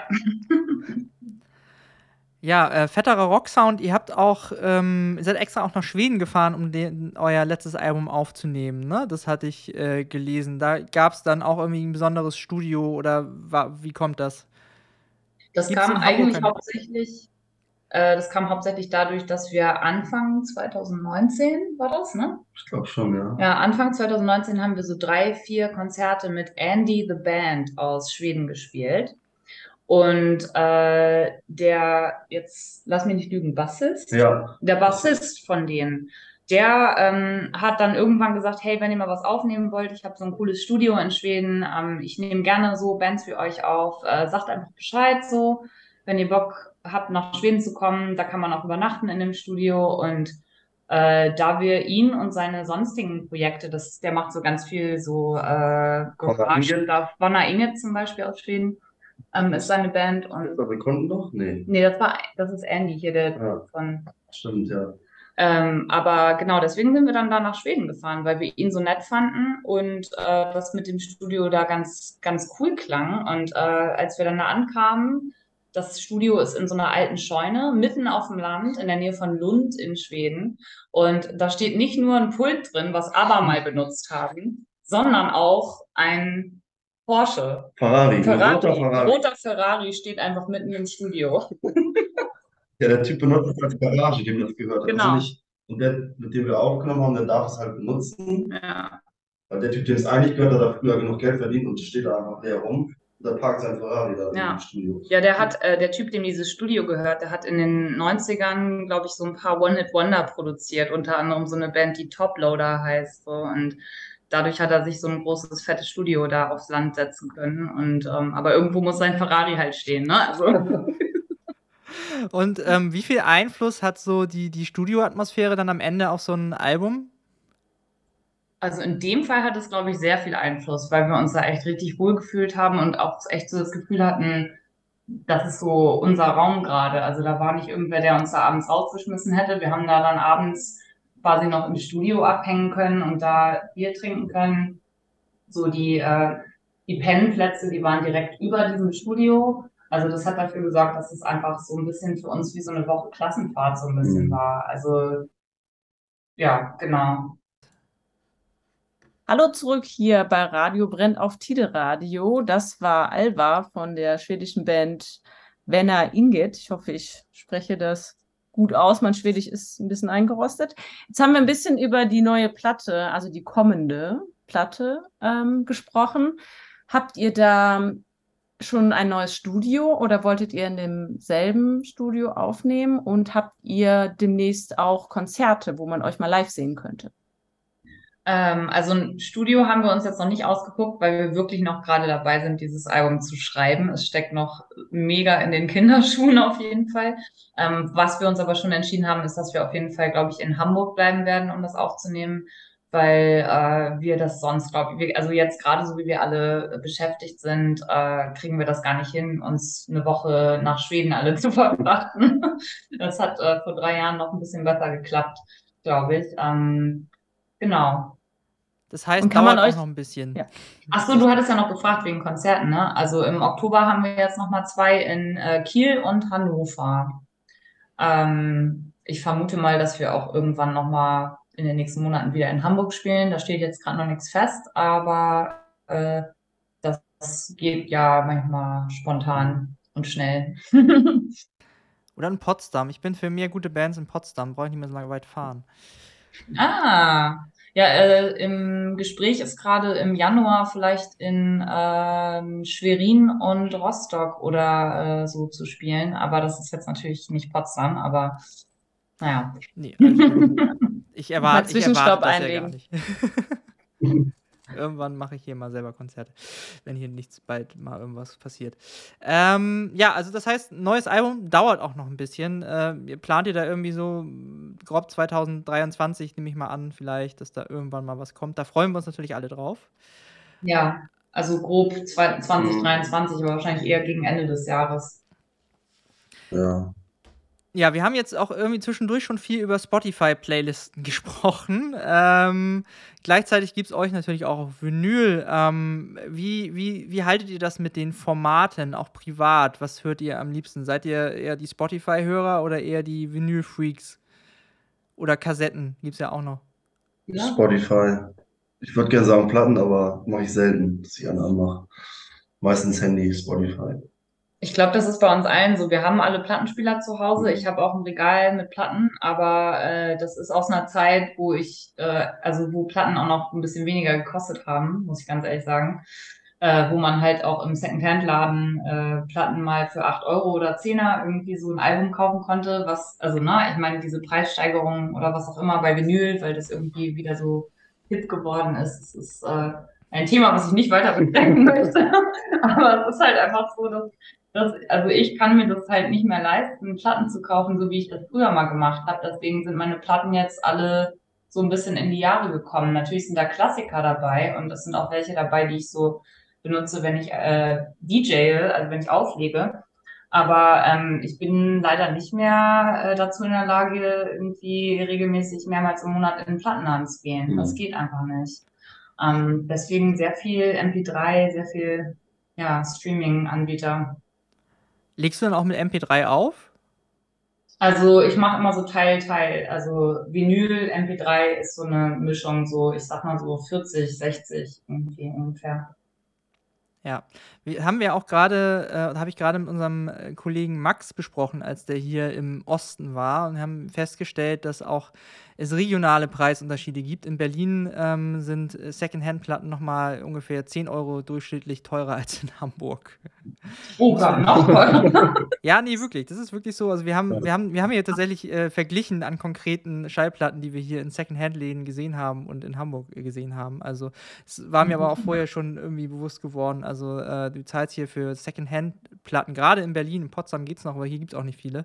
Ja, fetterer Rocksound. Ihr habt auch, seid extra auch nach Schweden gefahren, um euer letztes Album aufzunehmen, ne? Das hatte ich gelesen. Da gab es dann auch irgendwie ein besonderes Studio oder wie kommt das? Das Gibt's kam in Hamburg eigentlich hauptsächlich, dadurch, dass wir Anfang 2019 war das, ne? Ich glaube schon, ja. Ja, Anfang 2019 haben wir so 3, 4 Konzerte mit Andy the Band aus Schweden gespielt. Und jetzt lass mich nicht lügen, Bassist? Ja. Der Bassist von denen, der hat dann irgendwann gesagt, hey, wenn ihr mal was aufnehmen wollt, ich habe so ein cooles Studio in Schweden, ich nehme gerne so Bands für euch auf, sagt einfach Bescheid so, wenn ihr Bock habt, nach Schweden zu kommen, da kann man auch übernachten in dem Studio und da wir ihn und seine sonstigen Projekte, der macht so ganz viel so Garage, da Vanna Inget zum Beispiel aus Schweden, ist seine Band. Und wir konnten doch? Nee. Nee, das ist Andy hier, der von. Stimmt, ja. Aber genau, deswegen sind wir dann da nach Schweden gefahren, weil wir ihn so nett fanden und das mit dem Studio da ganz, ganz cool klang. Und als wir dann da ankamen, das Studio ist in so einer alten Scheune, mitten auf dem Land, in der Nähe von Lund in Schweden. Und da steht nicht nur ein Pult drin, was ABBA mal benutzt haben, sondern auch ein Porsche. Ferrari. Ferrari. Roter Ferrari steht einfach mitten im Studio. Ja, der Typ benutzt es als Garage, dem das gehört. Genau. Also nicht, und der, mit dem wir aufgenommen haben, der darf es halt benutzen. Ja. Weil der Typ, dem es eigentlich gehört, hat da früher genug Geld verdient und steht da einfach leer rum. Und da parkt sein Ferrari da im Studio. Ja, der Typ, dem dieses Studio gehört, der hat in den 90ern, glaube ich, so ein paar One-Hit-Wonder produziert. Unter anderem so eine Band, die Toploader heißt. So. Und dadurch hat er sich so ein großes, fettes Studio da aufs Land setzen können. Und aber irgendwo muss sein Ferrari halt stehen, ne? Also. Und wie viel Einfluss hat so die Studioatmosphäre dann am Ende auf so ein Album? Also in dem Fall hat es, glaube ich, sehr viel Einfluss, weil wir uns da echt richtig wohl gefühlt haben und auch echt so das Gefühl hatten, das ist so unser Raum gerade. Also da war nicht irgendwer, der uns da abends rausgeschmissen hätte. Wir haben da dann abends quasi noch im Studio abhängen können und da Bier trinken können. So die Pennplätze, die waren direkt über diesem Studio. Also das hat dafür gesorgt, dass es einfach so ein bisschen für uns wie so eine Woche Klassenfahrt so ein bisschen war. Also ja, genau. Hallo zurück hier bei Radio Brennt auf Tide Radio. Das war Alva von der schwedischen Band Venna Inget. Ich hoffe, ich spreche das gut aus. Mein Schwedisch ist ein bisschen eingerostet. Jetzt haben wir ein bisschen über die neue Platte, also die kommende Platte, gesprochen. Habt ihr da schon ein neues Studio oder wolltet ihr in demselben Studio aufnehmen? Und habt ihr demnächst auch Konzerte, wo man euch mal live sehen könnte? Also ein Studio haben wir uns jetzt noch nicht ausgeguckt, weil wir wirklich noch gerade dabei sind, dieses Album zu schreiben. Es steckt noch mega in den Kinderschuhen auf jeden Fall. Was wir uns aber schon entschieden haben, ist, dass wir auf jeden Fall, glaube ich, in Hamburg bleiben werden, um das aufzunehmen, weil wir das sonst, glaube ich, also jetzt gerade so wie wir alle beschäftigt sind, kriegen wir das gar nicht hin, uns eine Woche nach Schweden alle zu verfrachten. Das hat vor 3 Jahren noch ein bisschen besser geklappt, glaube ich. Genau. Das heißt, Und kann man dauert euch auch noch ein bisschen. Ja. Ach so, du hattest ja noch gefragt wegen Konzerten, ne? Also im Oktober haben wir jetzt noch mal 2 in Kiel und Hannover. Ich vermute mal, dass wir auch irgendwann noch mal in den nächsten Monaten wieder in Hamburg spielen. Da steht jetzt gerade noch nichts fest, aber das geht ja manchmal spontan und schnell. Oder in Potsdam. Ich bin für mehr gute Bands in Potsdam. Brauche ich nicht mehr so lange weit fahren. Ah, ja, im Gespräch ist gerade im Januar vielleicht in Schwerin und Rostock oder so zu spielen, aber das ist jetzt natürlich nicht Potsdam, aber naja. Nee, alles gut. Ich Mal erwarte Zwischenstopp das ja gar einlegen. nicht. Irgendwann mache ich hier mal selber Konzerte, wenn hier nichts bald mal irgendwas passiert. Ja, also das heißt, neues Album dauert auch noch ein bisschen. Plant ihr da irgendwie so grob 2023, nehme ich mal an, vielleicht, dass da irgendwann mal was kommt? Da freuen wir uns natürlich alle drauf. Ja, also grob 2023, aber wahrscheinlich eher gegen Ende des Jahres. Ja. Ja, wir haben jetzt auch irgendwie zwischendurch schon viel über Spotify-Playlisten gesprochen. Gleichzeitig gibt es euch natürlich auch auf Vinyl. Wie haltet ihr das mit den Formaten, auch privat? Was hört ihr am liebsten? Seid ihr eher die Spotify-Hörer oder eher die Vinyl-Freaks? Oder Kassetten gibt's ja auch noch. Ja. Spotify. Ich würde gerne sagen Platten, aber mache ich selten, dass ich eine anmache. Meistens Handy, Spotify. Ich glaube, das ist bei uns allen so. Wir haben alle Plattenspieler zu Hause. Ich habe auch ein Regal mit Platten, aber das ist aus einer Zeit, wo also wo Platten auch noch ein bisschen weniger gekostet haben, muss ich ganz ehrlich sagen. Wo man halt auch im Secondhand-Laden Platten mal für 8 Euro oder 10er irgendwie so ein Album kaufen konnte, also ich meine, diese Preissteigerung oder was auch immer bei Vinyl, weil das irgendwie wieder so hip geworden ist. Es ist ein Thema, was ich nicht weiter besprechen möchte. Aber es ist halt einfach so, also ich kann mir das halt nicht mehr leisten, Platten zu kaufen, so wie ich das früher mal gemacht habe. Deswegen sind meine Platten jetzt alle so ein bisschen in die Jahre gekommen. Natürlich sind da Klassiker dabei und es sind auch welche dabei, die ich so benutze, wenn ich DJe, also wenn ich auflege. Aber ich bin leider nicht mehr dazu in der Lage, irgendwie regelmäßig mehrmals im Monat in den Plattenladen zu gehen. Das geht einfach nicht. Deswegen sehr viel MP3, sehr viel Streaming-Anbieter. Legst du dann auch mit MP3 auf? Also ich mache immer so Teil. Also Vinyl, MP3 ist so eine Mischung, so ich sag mal so 40, 60 irgendwie ungefähr. Ja, haben wir auch gerade, habe ich gerade mit unserem Kollegen Max besprochen, als der hier im Osten war und haben festgestellt, dass auch es regionale Preisunterschiede gibt. In Berlin sind Secondhand-Platten noch mal ungefähr 10 Euro durchschnittlich teurer als in Hamburg. Oh, gar noch teurer. Ja, nee, wirklich. Das ist wirklich so. Also wir haben hier tatsächlich verglichen an konkreten Schallplatten, die wir hier in Secondhand-Läden gesehen haben und in Hamburg gesehen haben. Also es war mir aber auch vorher schon irgendwie bewusst geworden. Also du zahlst hier für Secondhand-Platten, gerade in Berlin, in Potsdam geht's noch, aber hier gibt's auch nicht viele.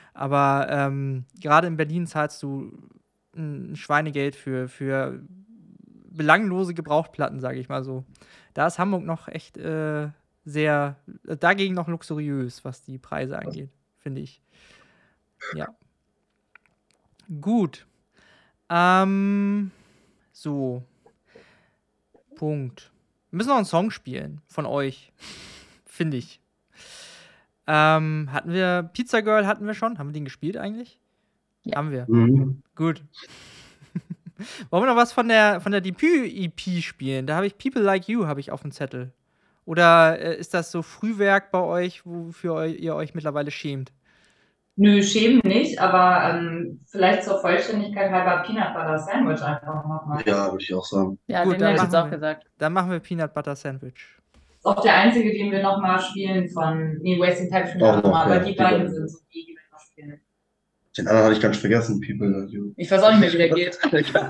Aber gerade in Berlin zahlst du ein Schweinegeld für belanglose Gebrauchtplatten, sage ich mal so. Da ist Hamburg noch echt sehr, dagegen noch luxuriös, was die Preise angeht, finde ich. Ja. Gut. So. Punkt. Wir müssen noch einen Song spielen von euch. Finde ich. Hatten wir Pizza Girl hatten wir schon? Haben wir den gespielt eigentlich? Ja. Haben wir. Mhm. Gut. Wollen wir noch was von der Debüt-EP spielen? Da habe ich People Like You habe ich auf dem Zettel. Oder ist das so Frühwerk bei euch, wofür ihr euch mittlerweile schämt? Nö, schämen nicht, aber vielleicht zur Vollständigkeit halber Peanut Butter Sandwich einfach nochmal. Ja, würde ich auch sagen. Ja, Gut, den dann hätte ich jetzt machen auch wir. gesagt. Dann machen wir Peanut Butter Sandwich. Ist auch der einzige, den wir nochmal spielen Wasting Time spielen wir Auch auch nochmal, noch, aber ja. die beiden sind so die wir noch spielen. Den anderen hatte ich ganz vergessen, People Like You. Ich weiß auch nicht mehr, wie der geht.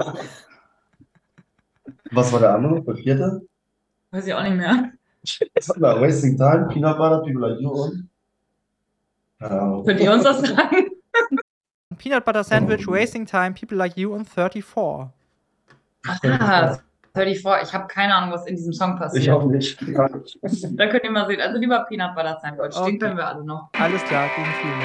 Was war der andere? Der vierte? Weiß ich auch nicht mehr. Was hatten wir? Wasting Time, Peanut Butter, People Like You und? Keine Ahnung. Könnt ihr uns das sagen? Peanut Butter Sandwich, Wasting Time, People Like You und 34. Ah, 34. Ich habe keine Ahnung, was in diesem Song passiert. Ich auch nicht. Da könnt ihr mal sehen. Also lieber Peanut Butter Sandwich. Okay. Den können wir alle noch. Alles klar, gegen Filme.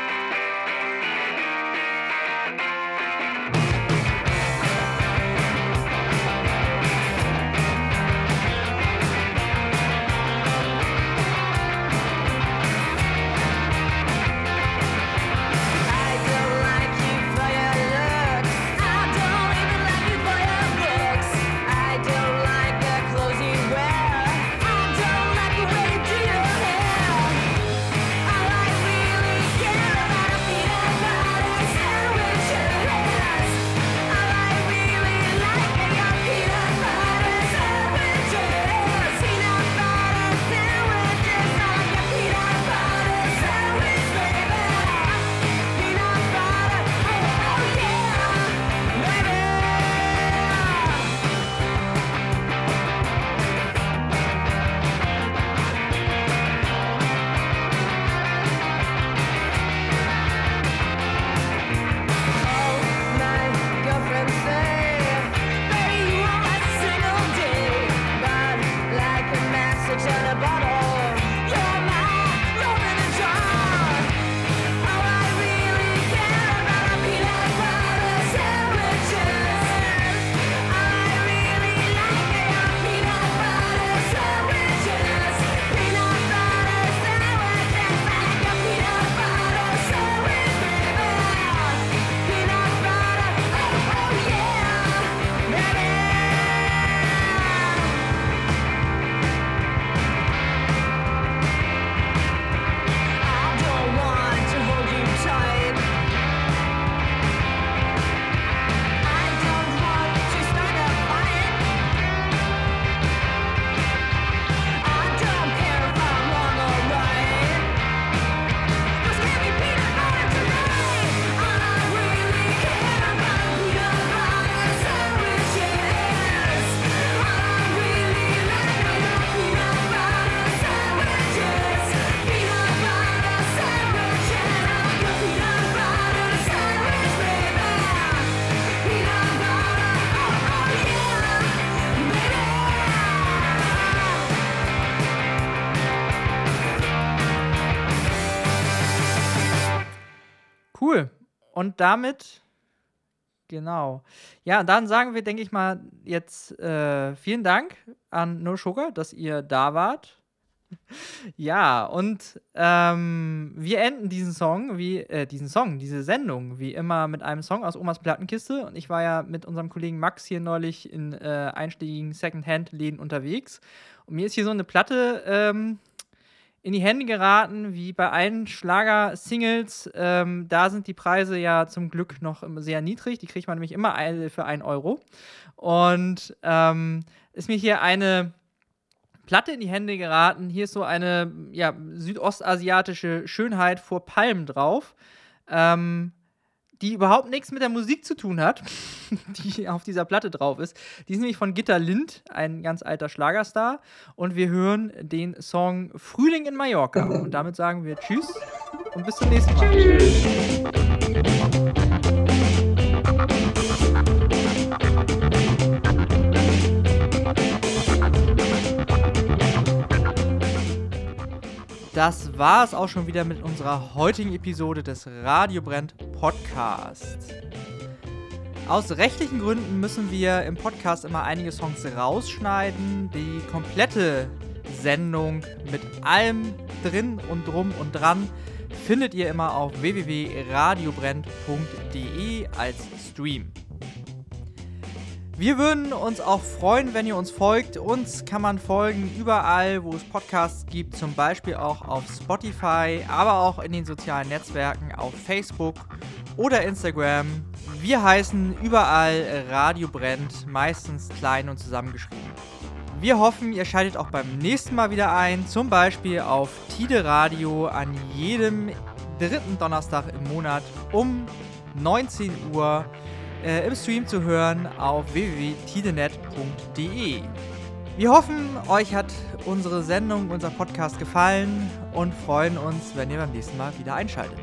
Cool. Und damit, genau. Ja, dann sagen wir, denke ich mal, jetzt vielen Dank an No Sugar, dass ihr da wart. Ja, und wir enden diese Sendung, wie immer mit einem Song aus Omas Plattenkiste. Und ich war ja mit unserem Kollegen Max hier neulich in einschlägigen Secondhand-Läden unterwegs. Und mir ist hier so eine Platte in die Hände geraten, wie bei allen Schlager-Singles. Da sind die Preise ja zum Glück noch sehr niedrig. Die kriegt man nämlich immer für 1 Euro. Und ist mir hier eine Platte in die Hände geraten. Hier ist so eine südostasiatische Schönheit vor Palmen drauf, die überhaupt nichts mit der Musik zu tun hat, die auf dieser Platte drauf ist. Die ist nämlich von Gitta Lind, ein ganz alter Schlagerstar. Und wir hören den Song Frühling in Mallorca. Und damit sagen wir Tschüss und bis zum nächsten Mal. Tschüss. Das war es auch schon wieder mit unserer heutigen Episode des Radio Brennt Podcasts. Aus rechtlichen Gründen müssen wir im Podcast immer einige Songs rausschneiden. Die komplette Sendung mit allem drin und drum und dran findet ihr immer auf www.radiobrennt.de als Stream. Wir würden uns auch freuen, wenn ihr uns folgt. Uns kann man folgen überall, wo es Podcasts gibt, zum Beispiel auch auf Spotify, aber auch in den sozialen Netzwerken auf Facebook oder Instagram. Wir heißen überall Radio Brennt, meistens klein und zusammengeschrieben. Wir hoffen, ihr schaltet auch beim nächsten Mal wieder ein, zum Beispiel auf Tide Radio an jedem dritten Donnerstag im Monat um 19 Uhr im Stream zu hören auf www.tidenet.de. Wir hoffen, euch hat unsere Sendung, unser Podcast gefallen und freuen uns, wenn ihr beim nächsten Mal wieder einschaltet.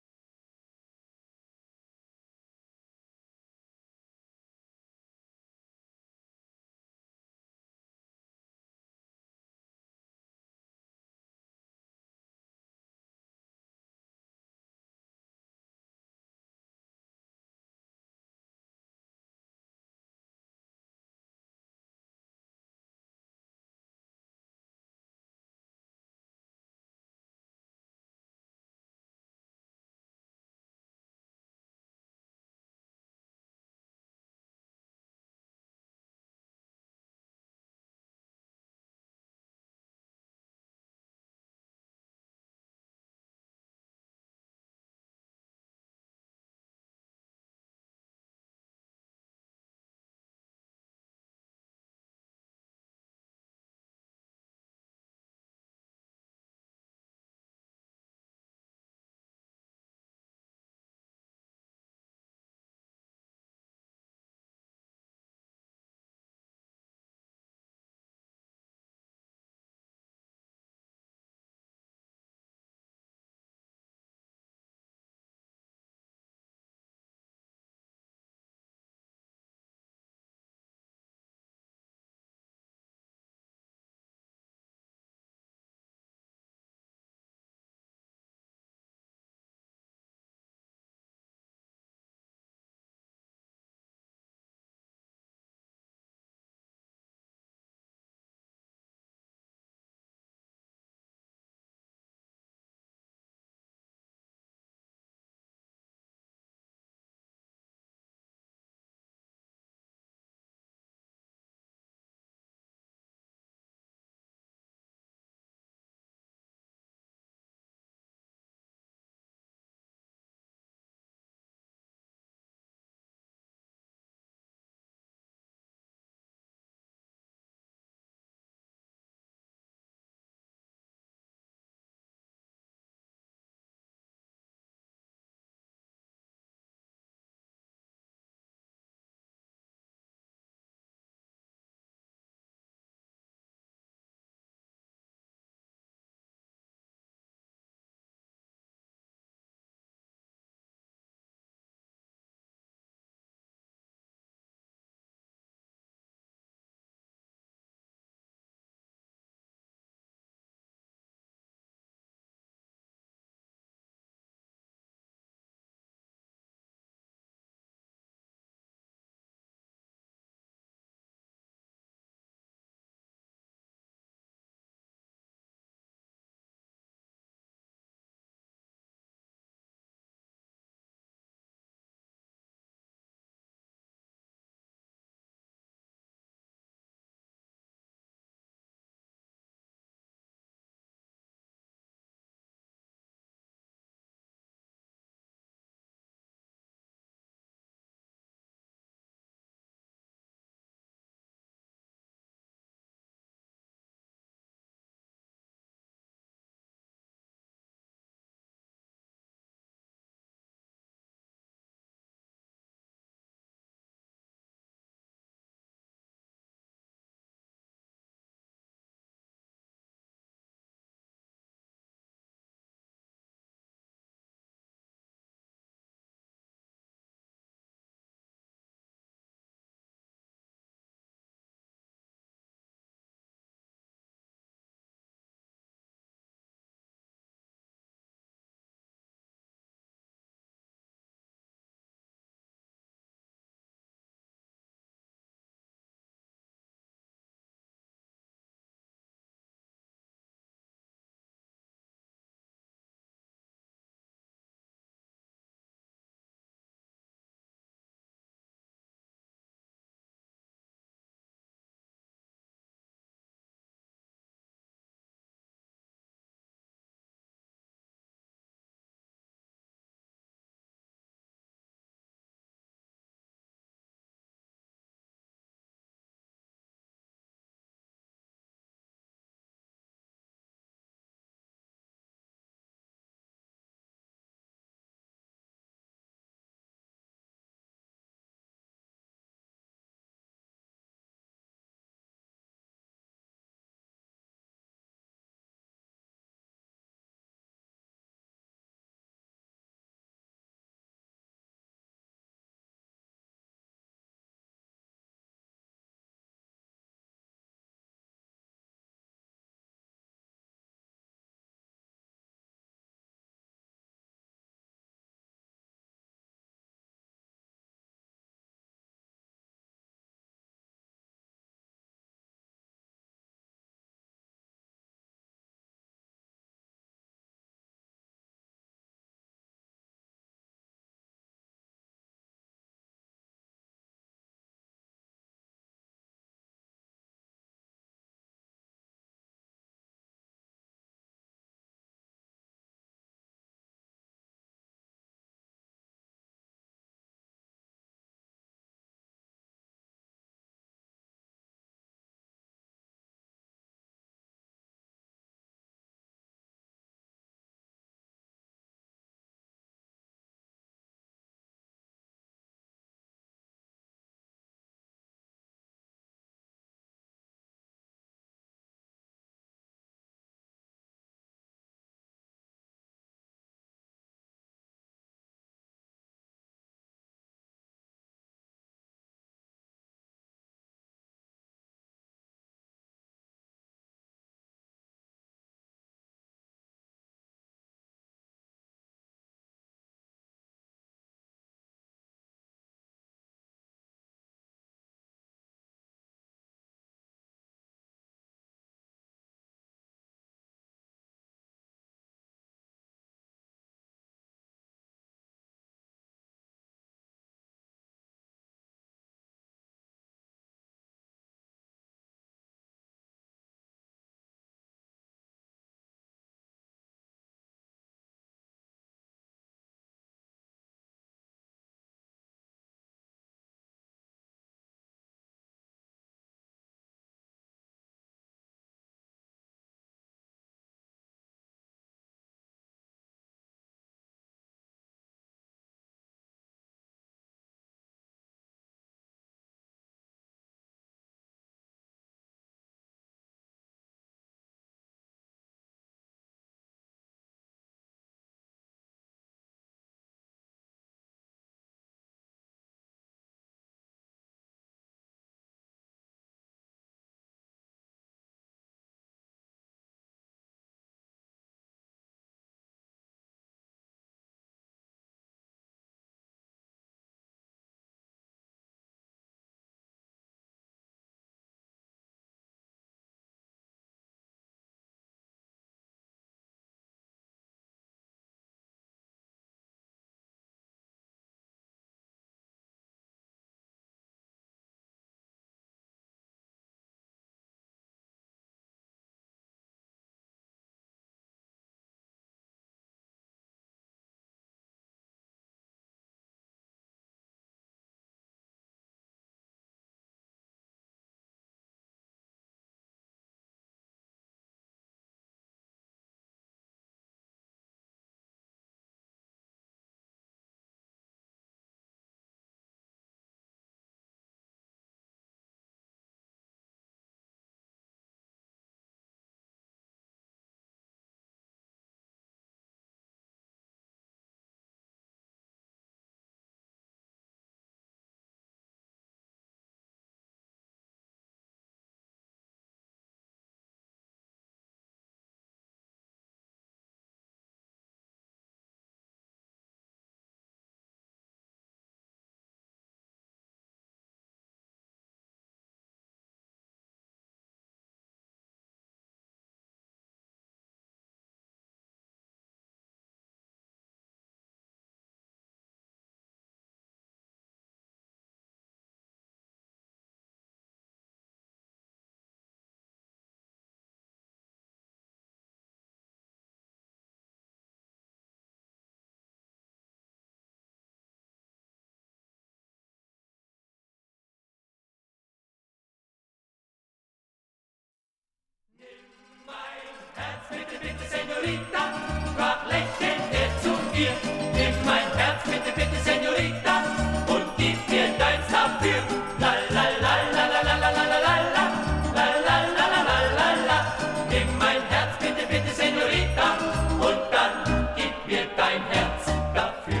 Bitte, bitte, Senorita, sprach lächelnd er zu ihr. Nimm mein Herz, bitte, bitte, Senorita, und gib mir deins dafür. La la la la la la la la la la la la la la la la la. Nimm mein Herz, bitte, bitte, Senorita, und dann gib mir dein Herz dafür.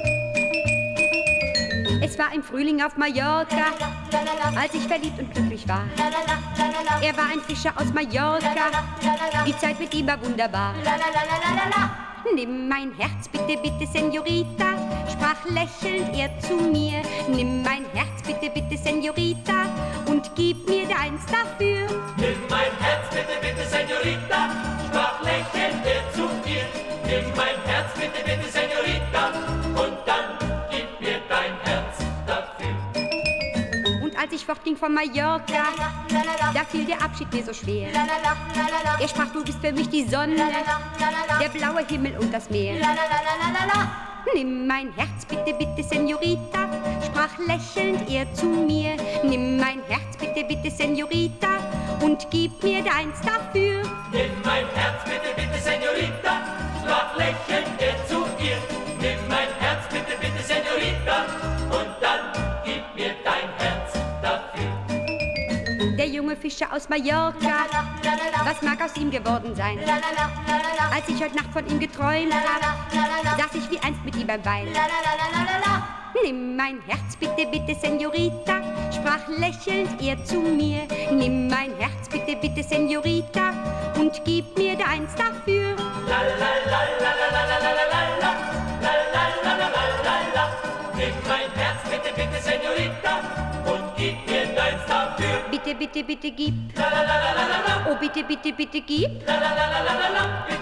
Es war im Frühling auf Mallorca, als ich verliebt und glücklich war. Er war ein Fischer aus Mallorca, die Zeit mit ihm war wunderbar. Nimm mein Herz, bitte, bitte, Senorita, sprach lächelnd er zu mir. Nimm mein Herz, bitte, bitte, Senorita, und gib mir deins dafür. Nimm mein Herz, bitte, bitte, Senorita, sprach lächelnd er zu ihr. Nimm mein Herz, bitte, bitte, Senorita, und dann gib mir dein Herz dafür. Und als ich fortging von Mallorca, da fiel der Abschied mir so schwer. Er sprach, du bist für mich die Sonne, der blaue Himmel und das Meer. Nimm mein Herz, bitte, bitte, Senorita, sprach lächelnd er zu mir. Nimm mein Herz, bitte, bitte, Senorita, und gib mir deins dafür. Nimm mein Herz, bitte, bitte, Senorita, sprach lächelnd er zu ihr. Nimm mein Herz, bitte, bitte, Senorita, und dann gib mir dein Herz dafür. Der junge Fischer aus Mallorca, was mag aus ihm geworden sein? Als ich heute Nacht von ihm geträumt hab, saß ich wie einst mit ihm beim Wein. Nimm mein Herz, bitte, bitte, Senorita, sprach lächelnd er zu mir. Nimm mein Herz, bitte, bitte, Senorita, und gib mir deins dafür. La la la la la la la la la la la la la la la la. Nimm mein Herz, bitte, bitte, Senorita, und gib mir deins dafür. Bitte, bitte, bitte, gib. La la la la la la. Oh, bitte, bitte, bitte, gib. La la la la la la la.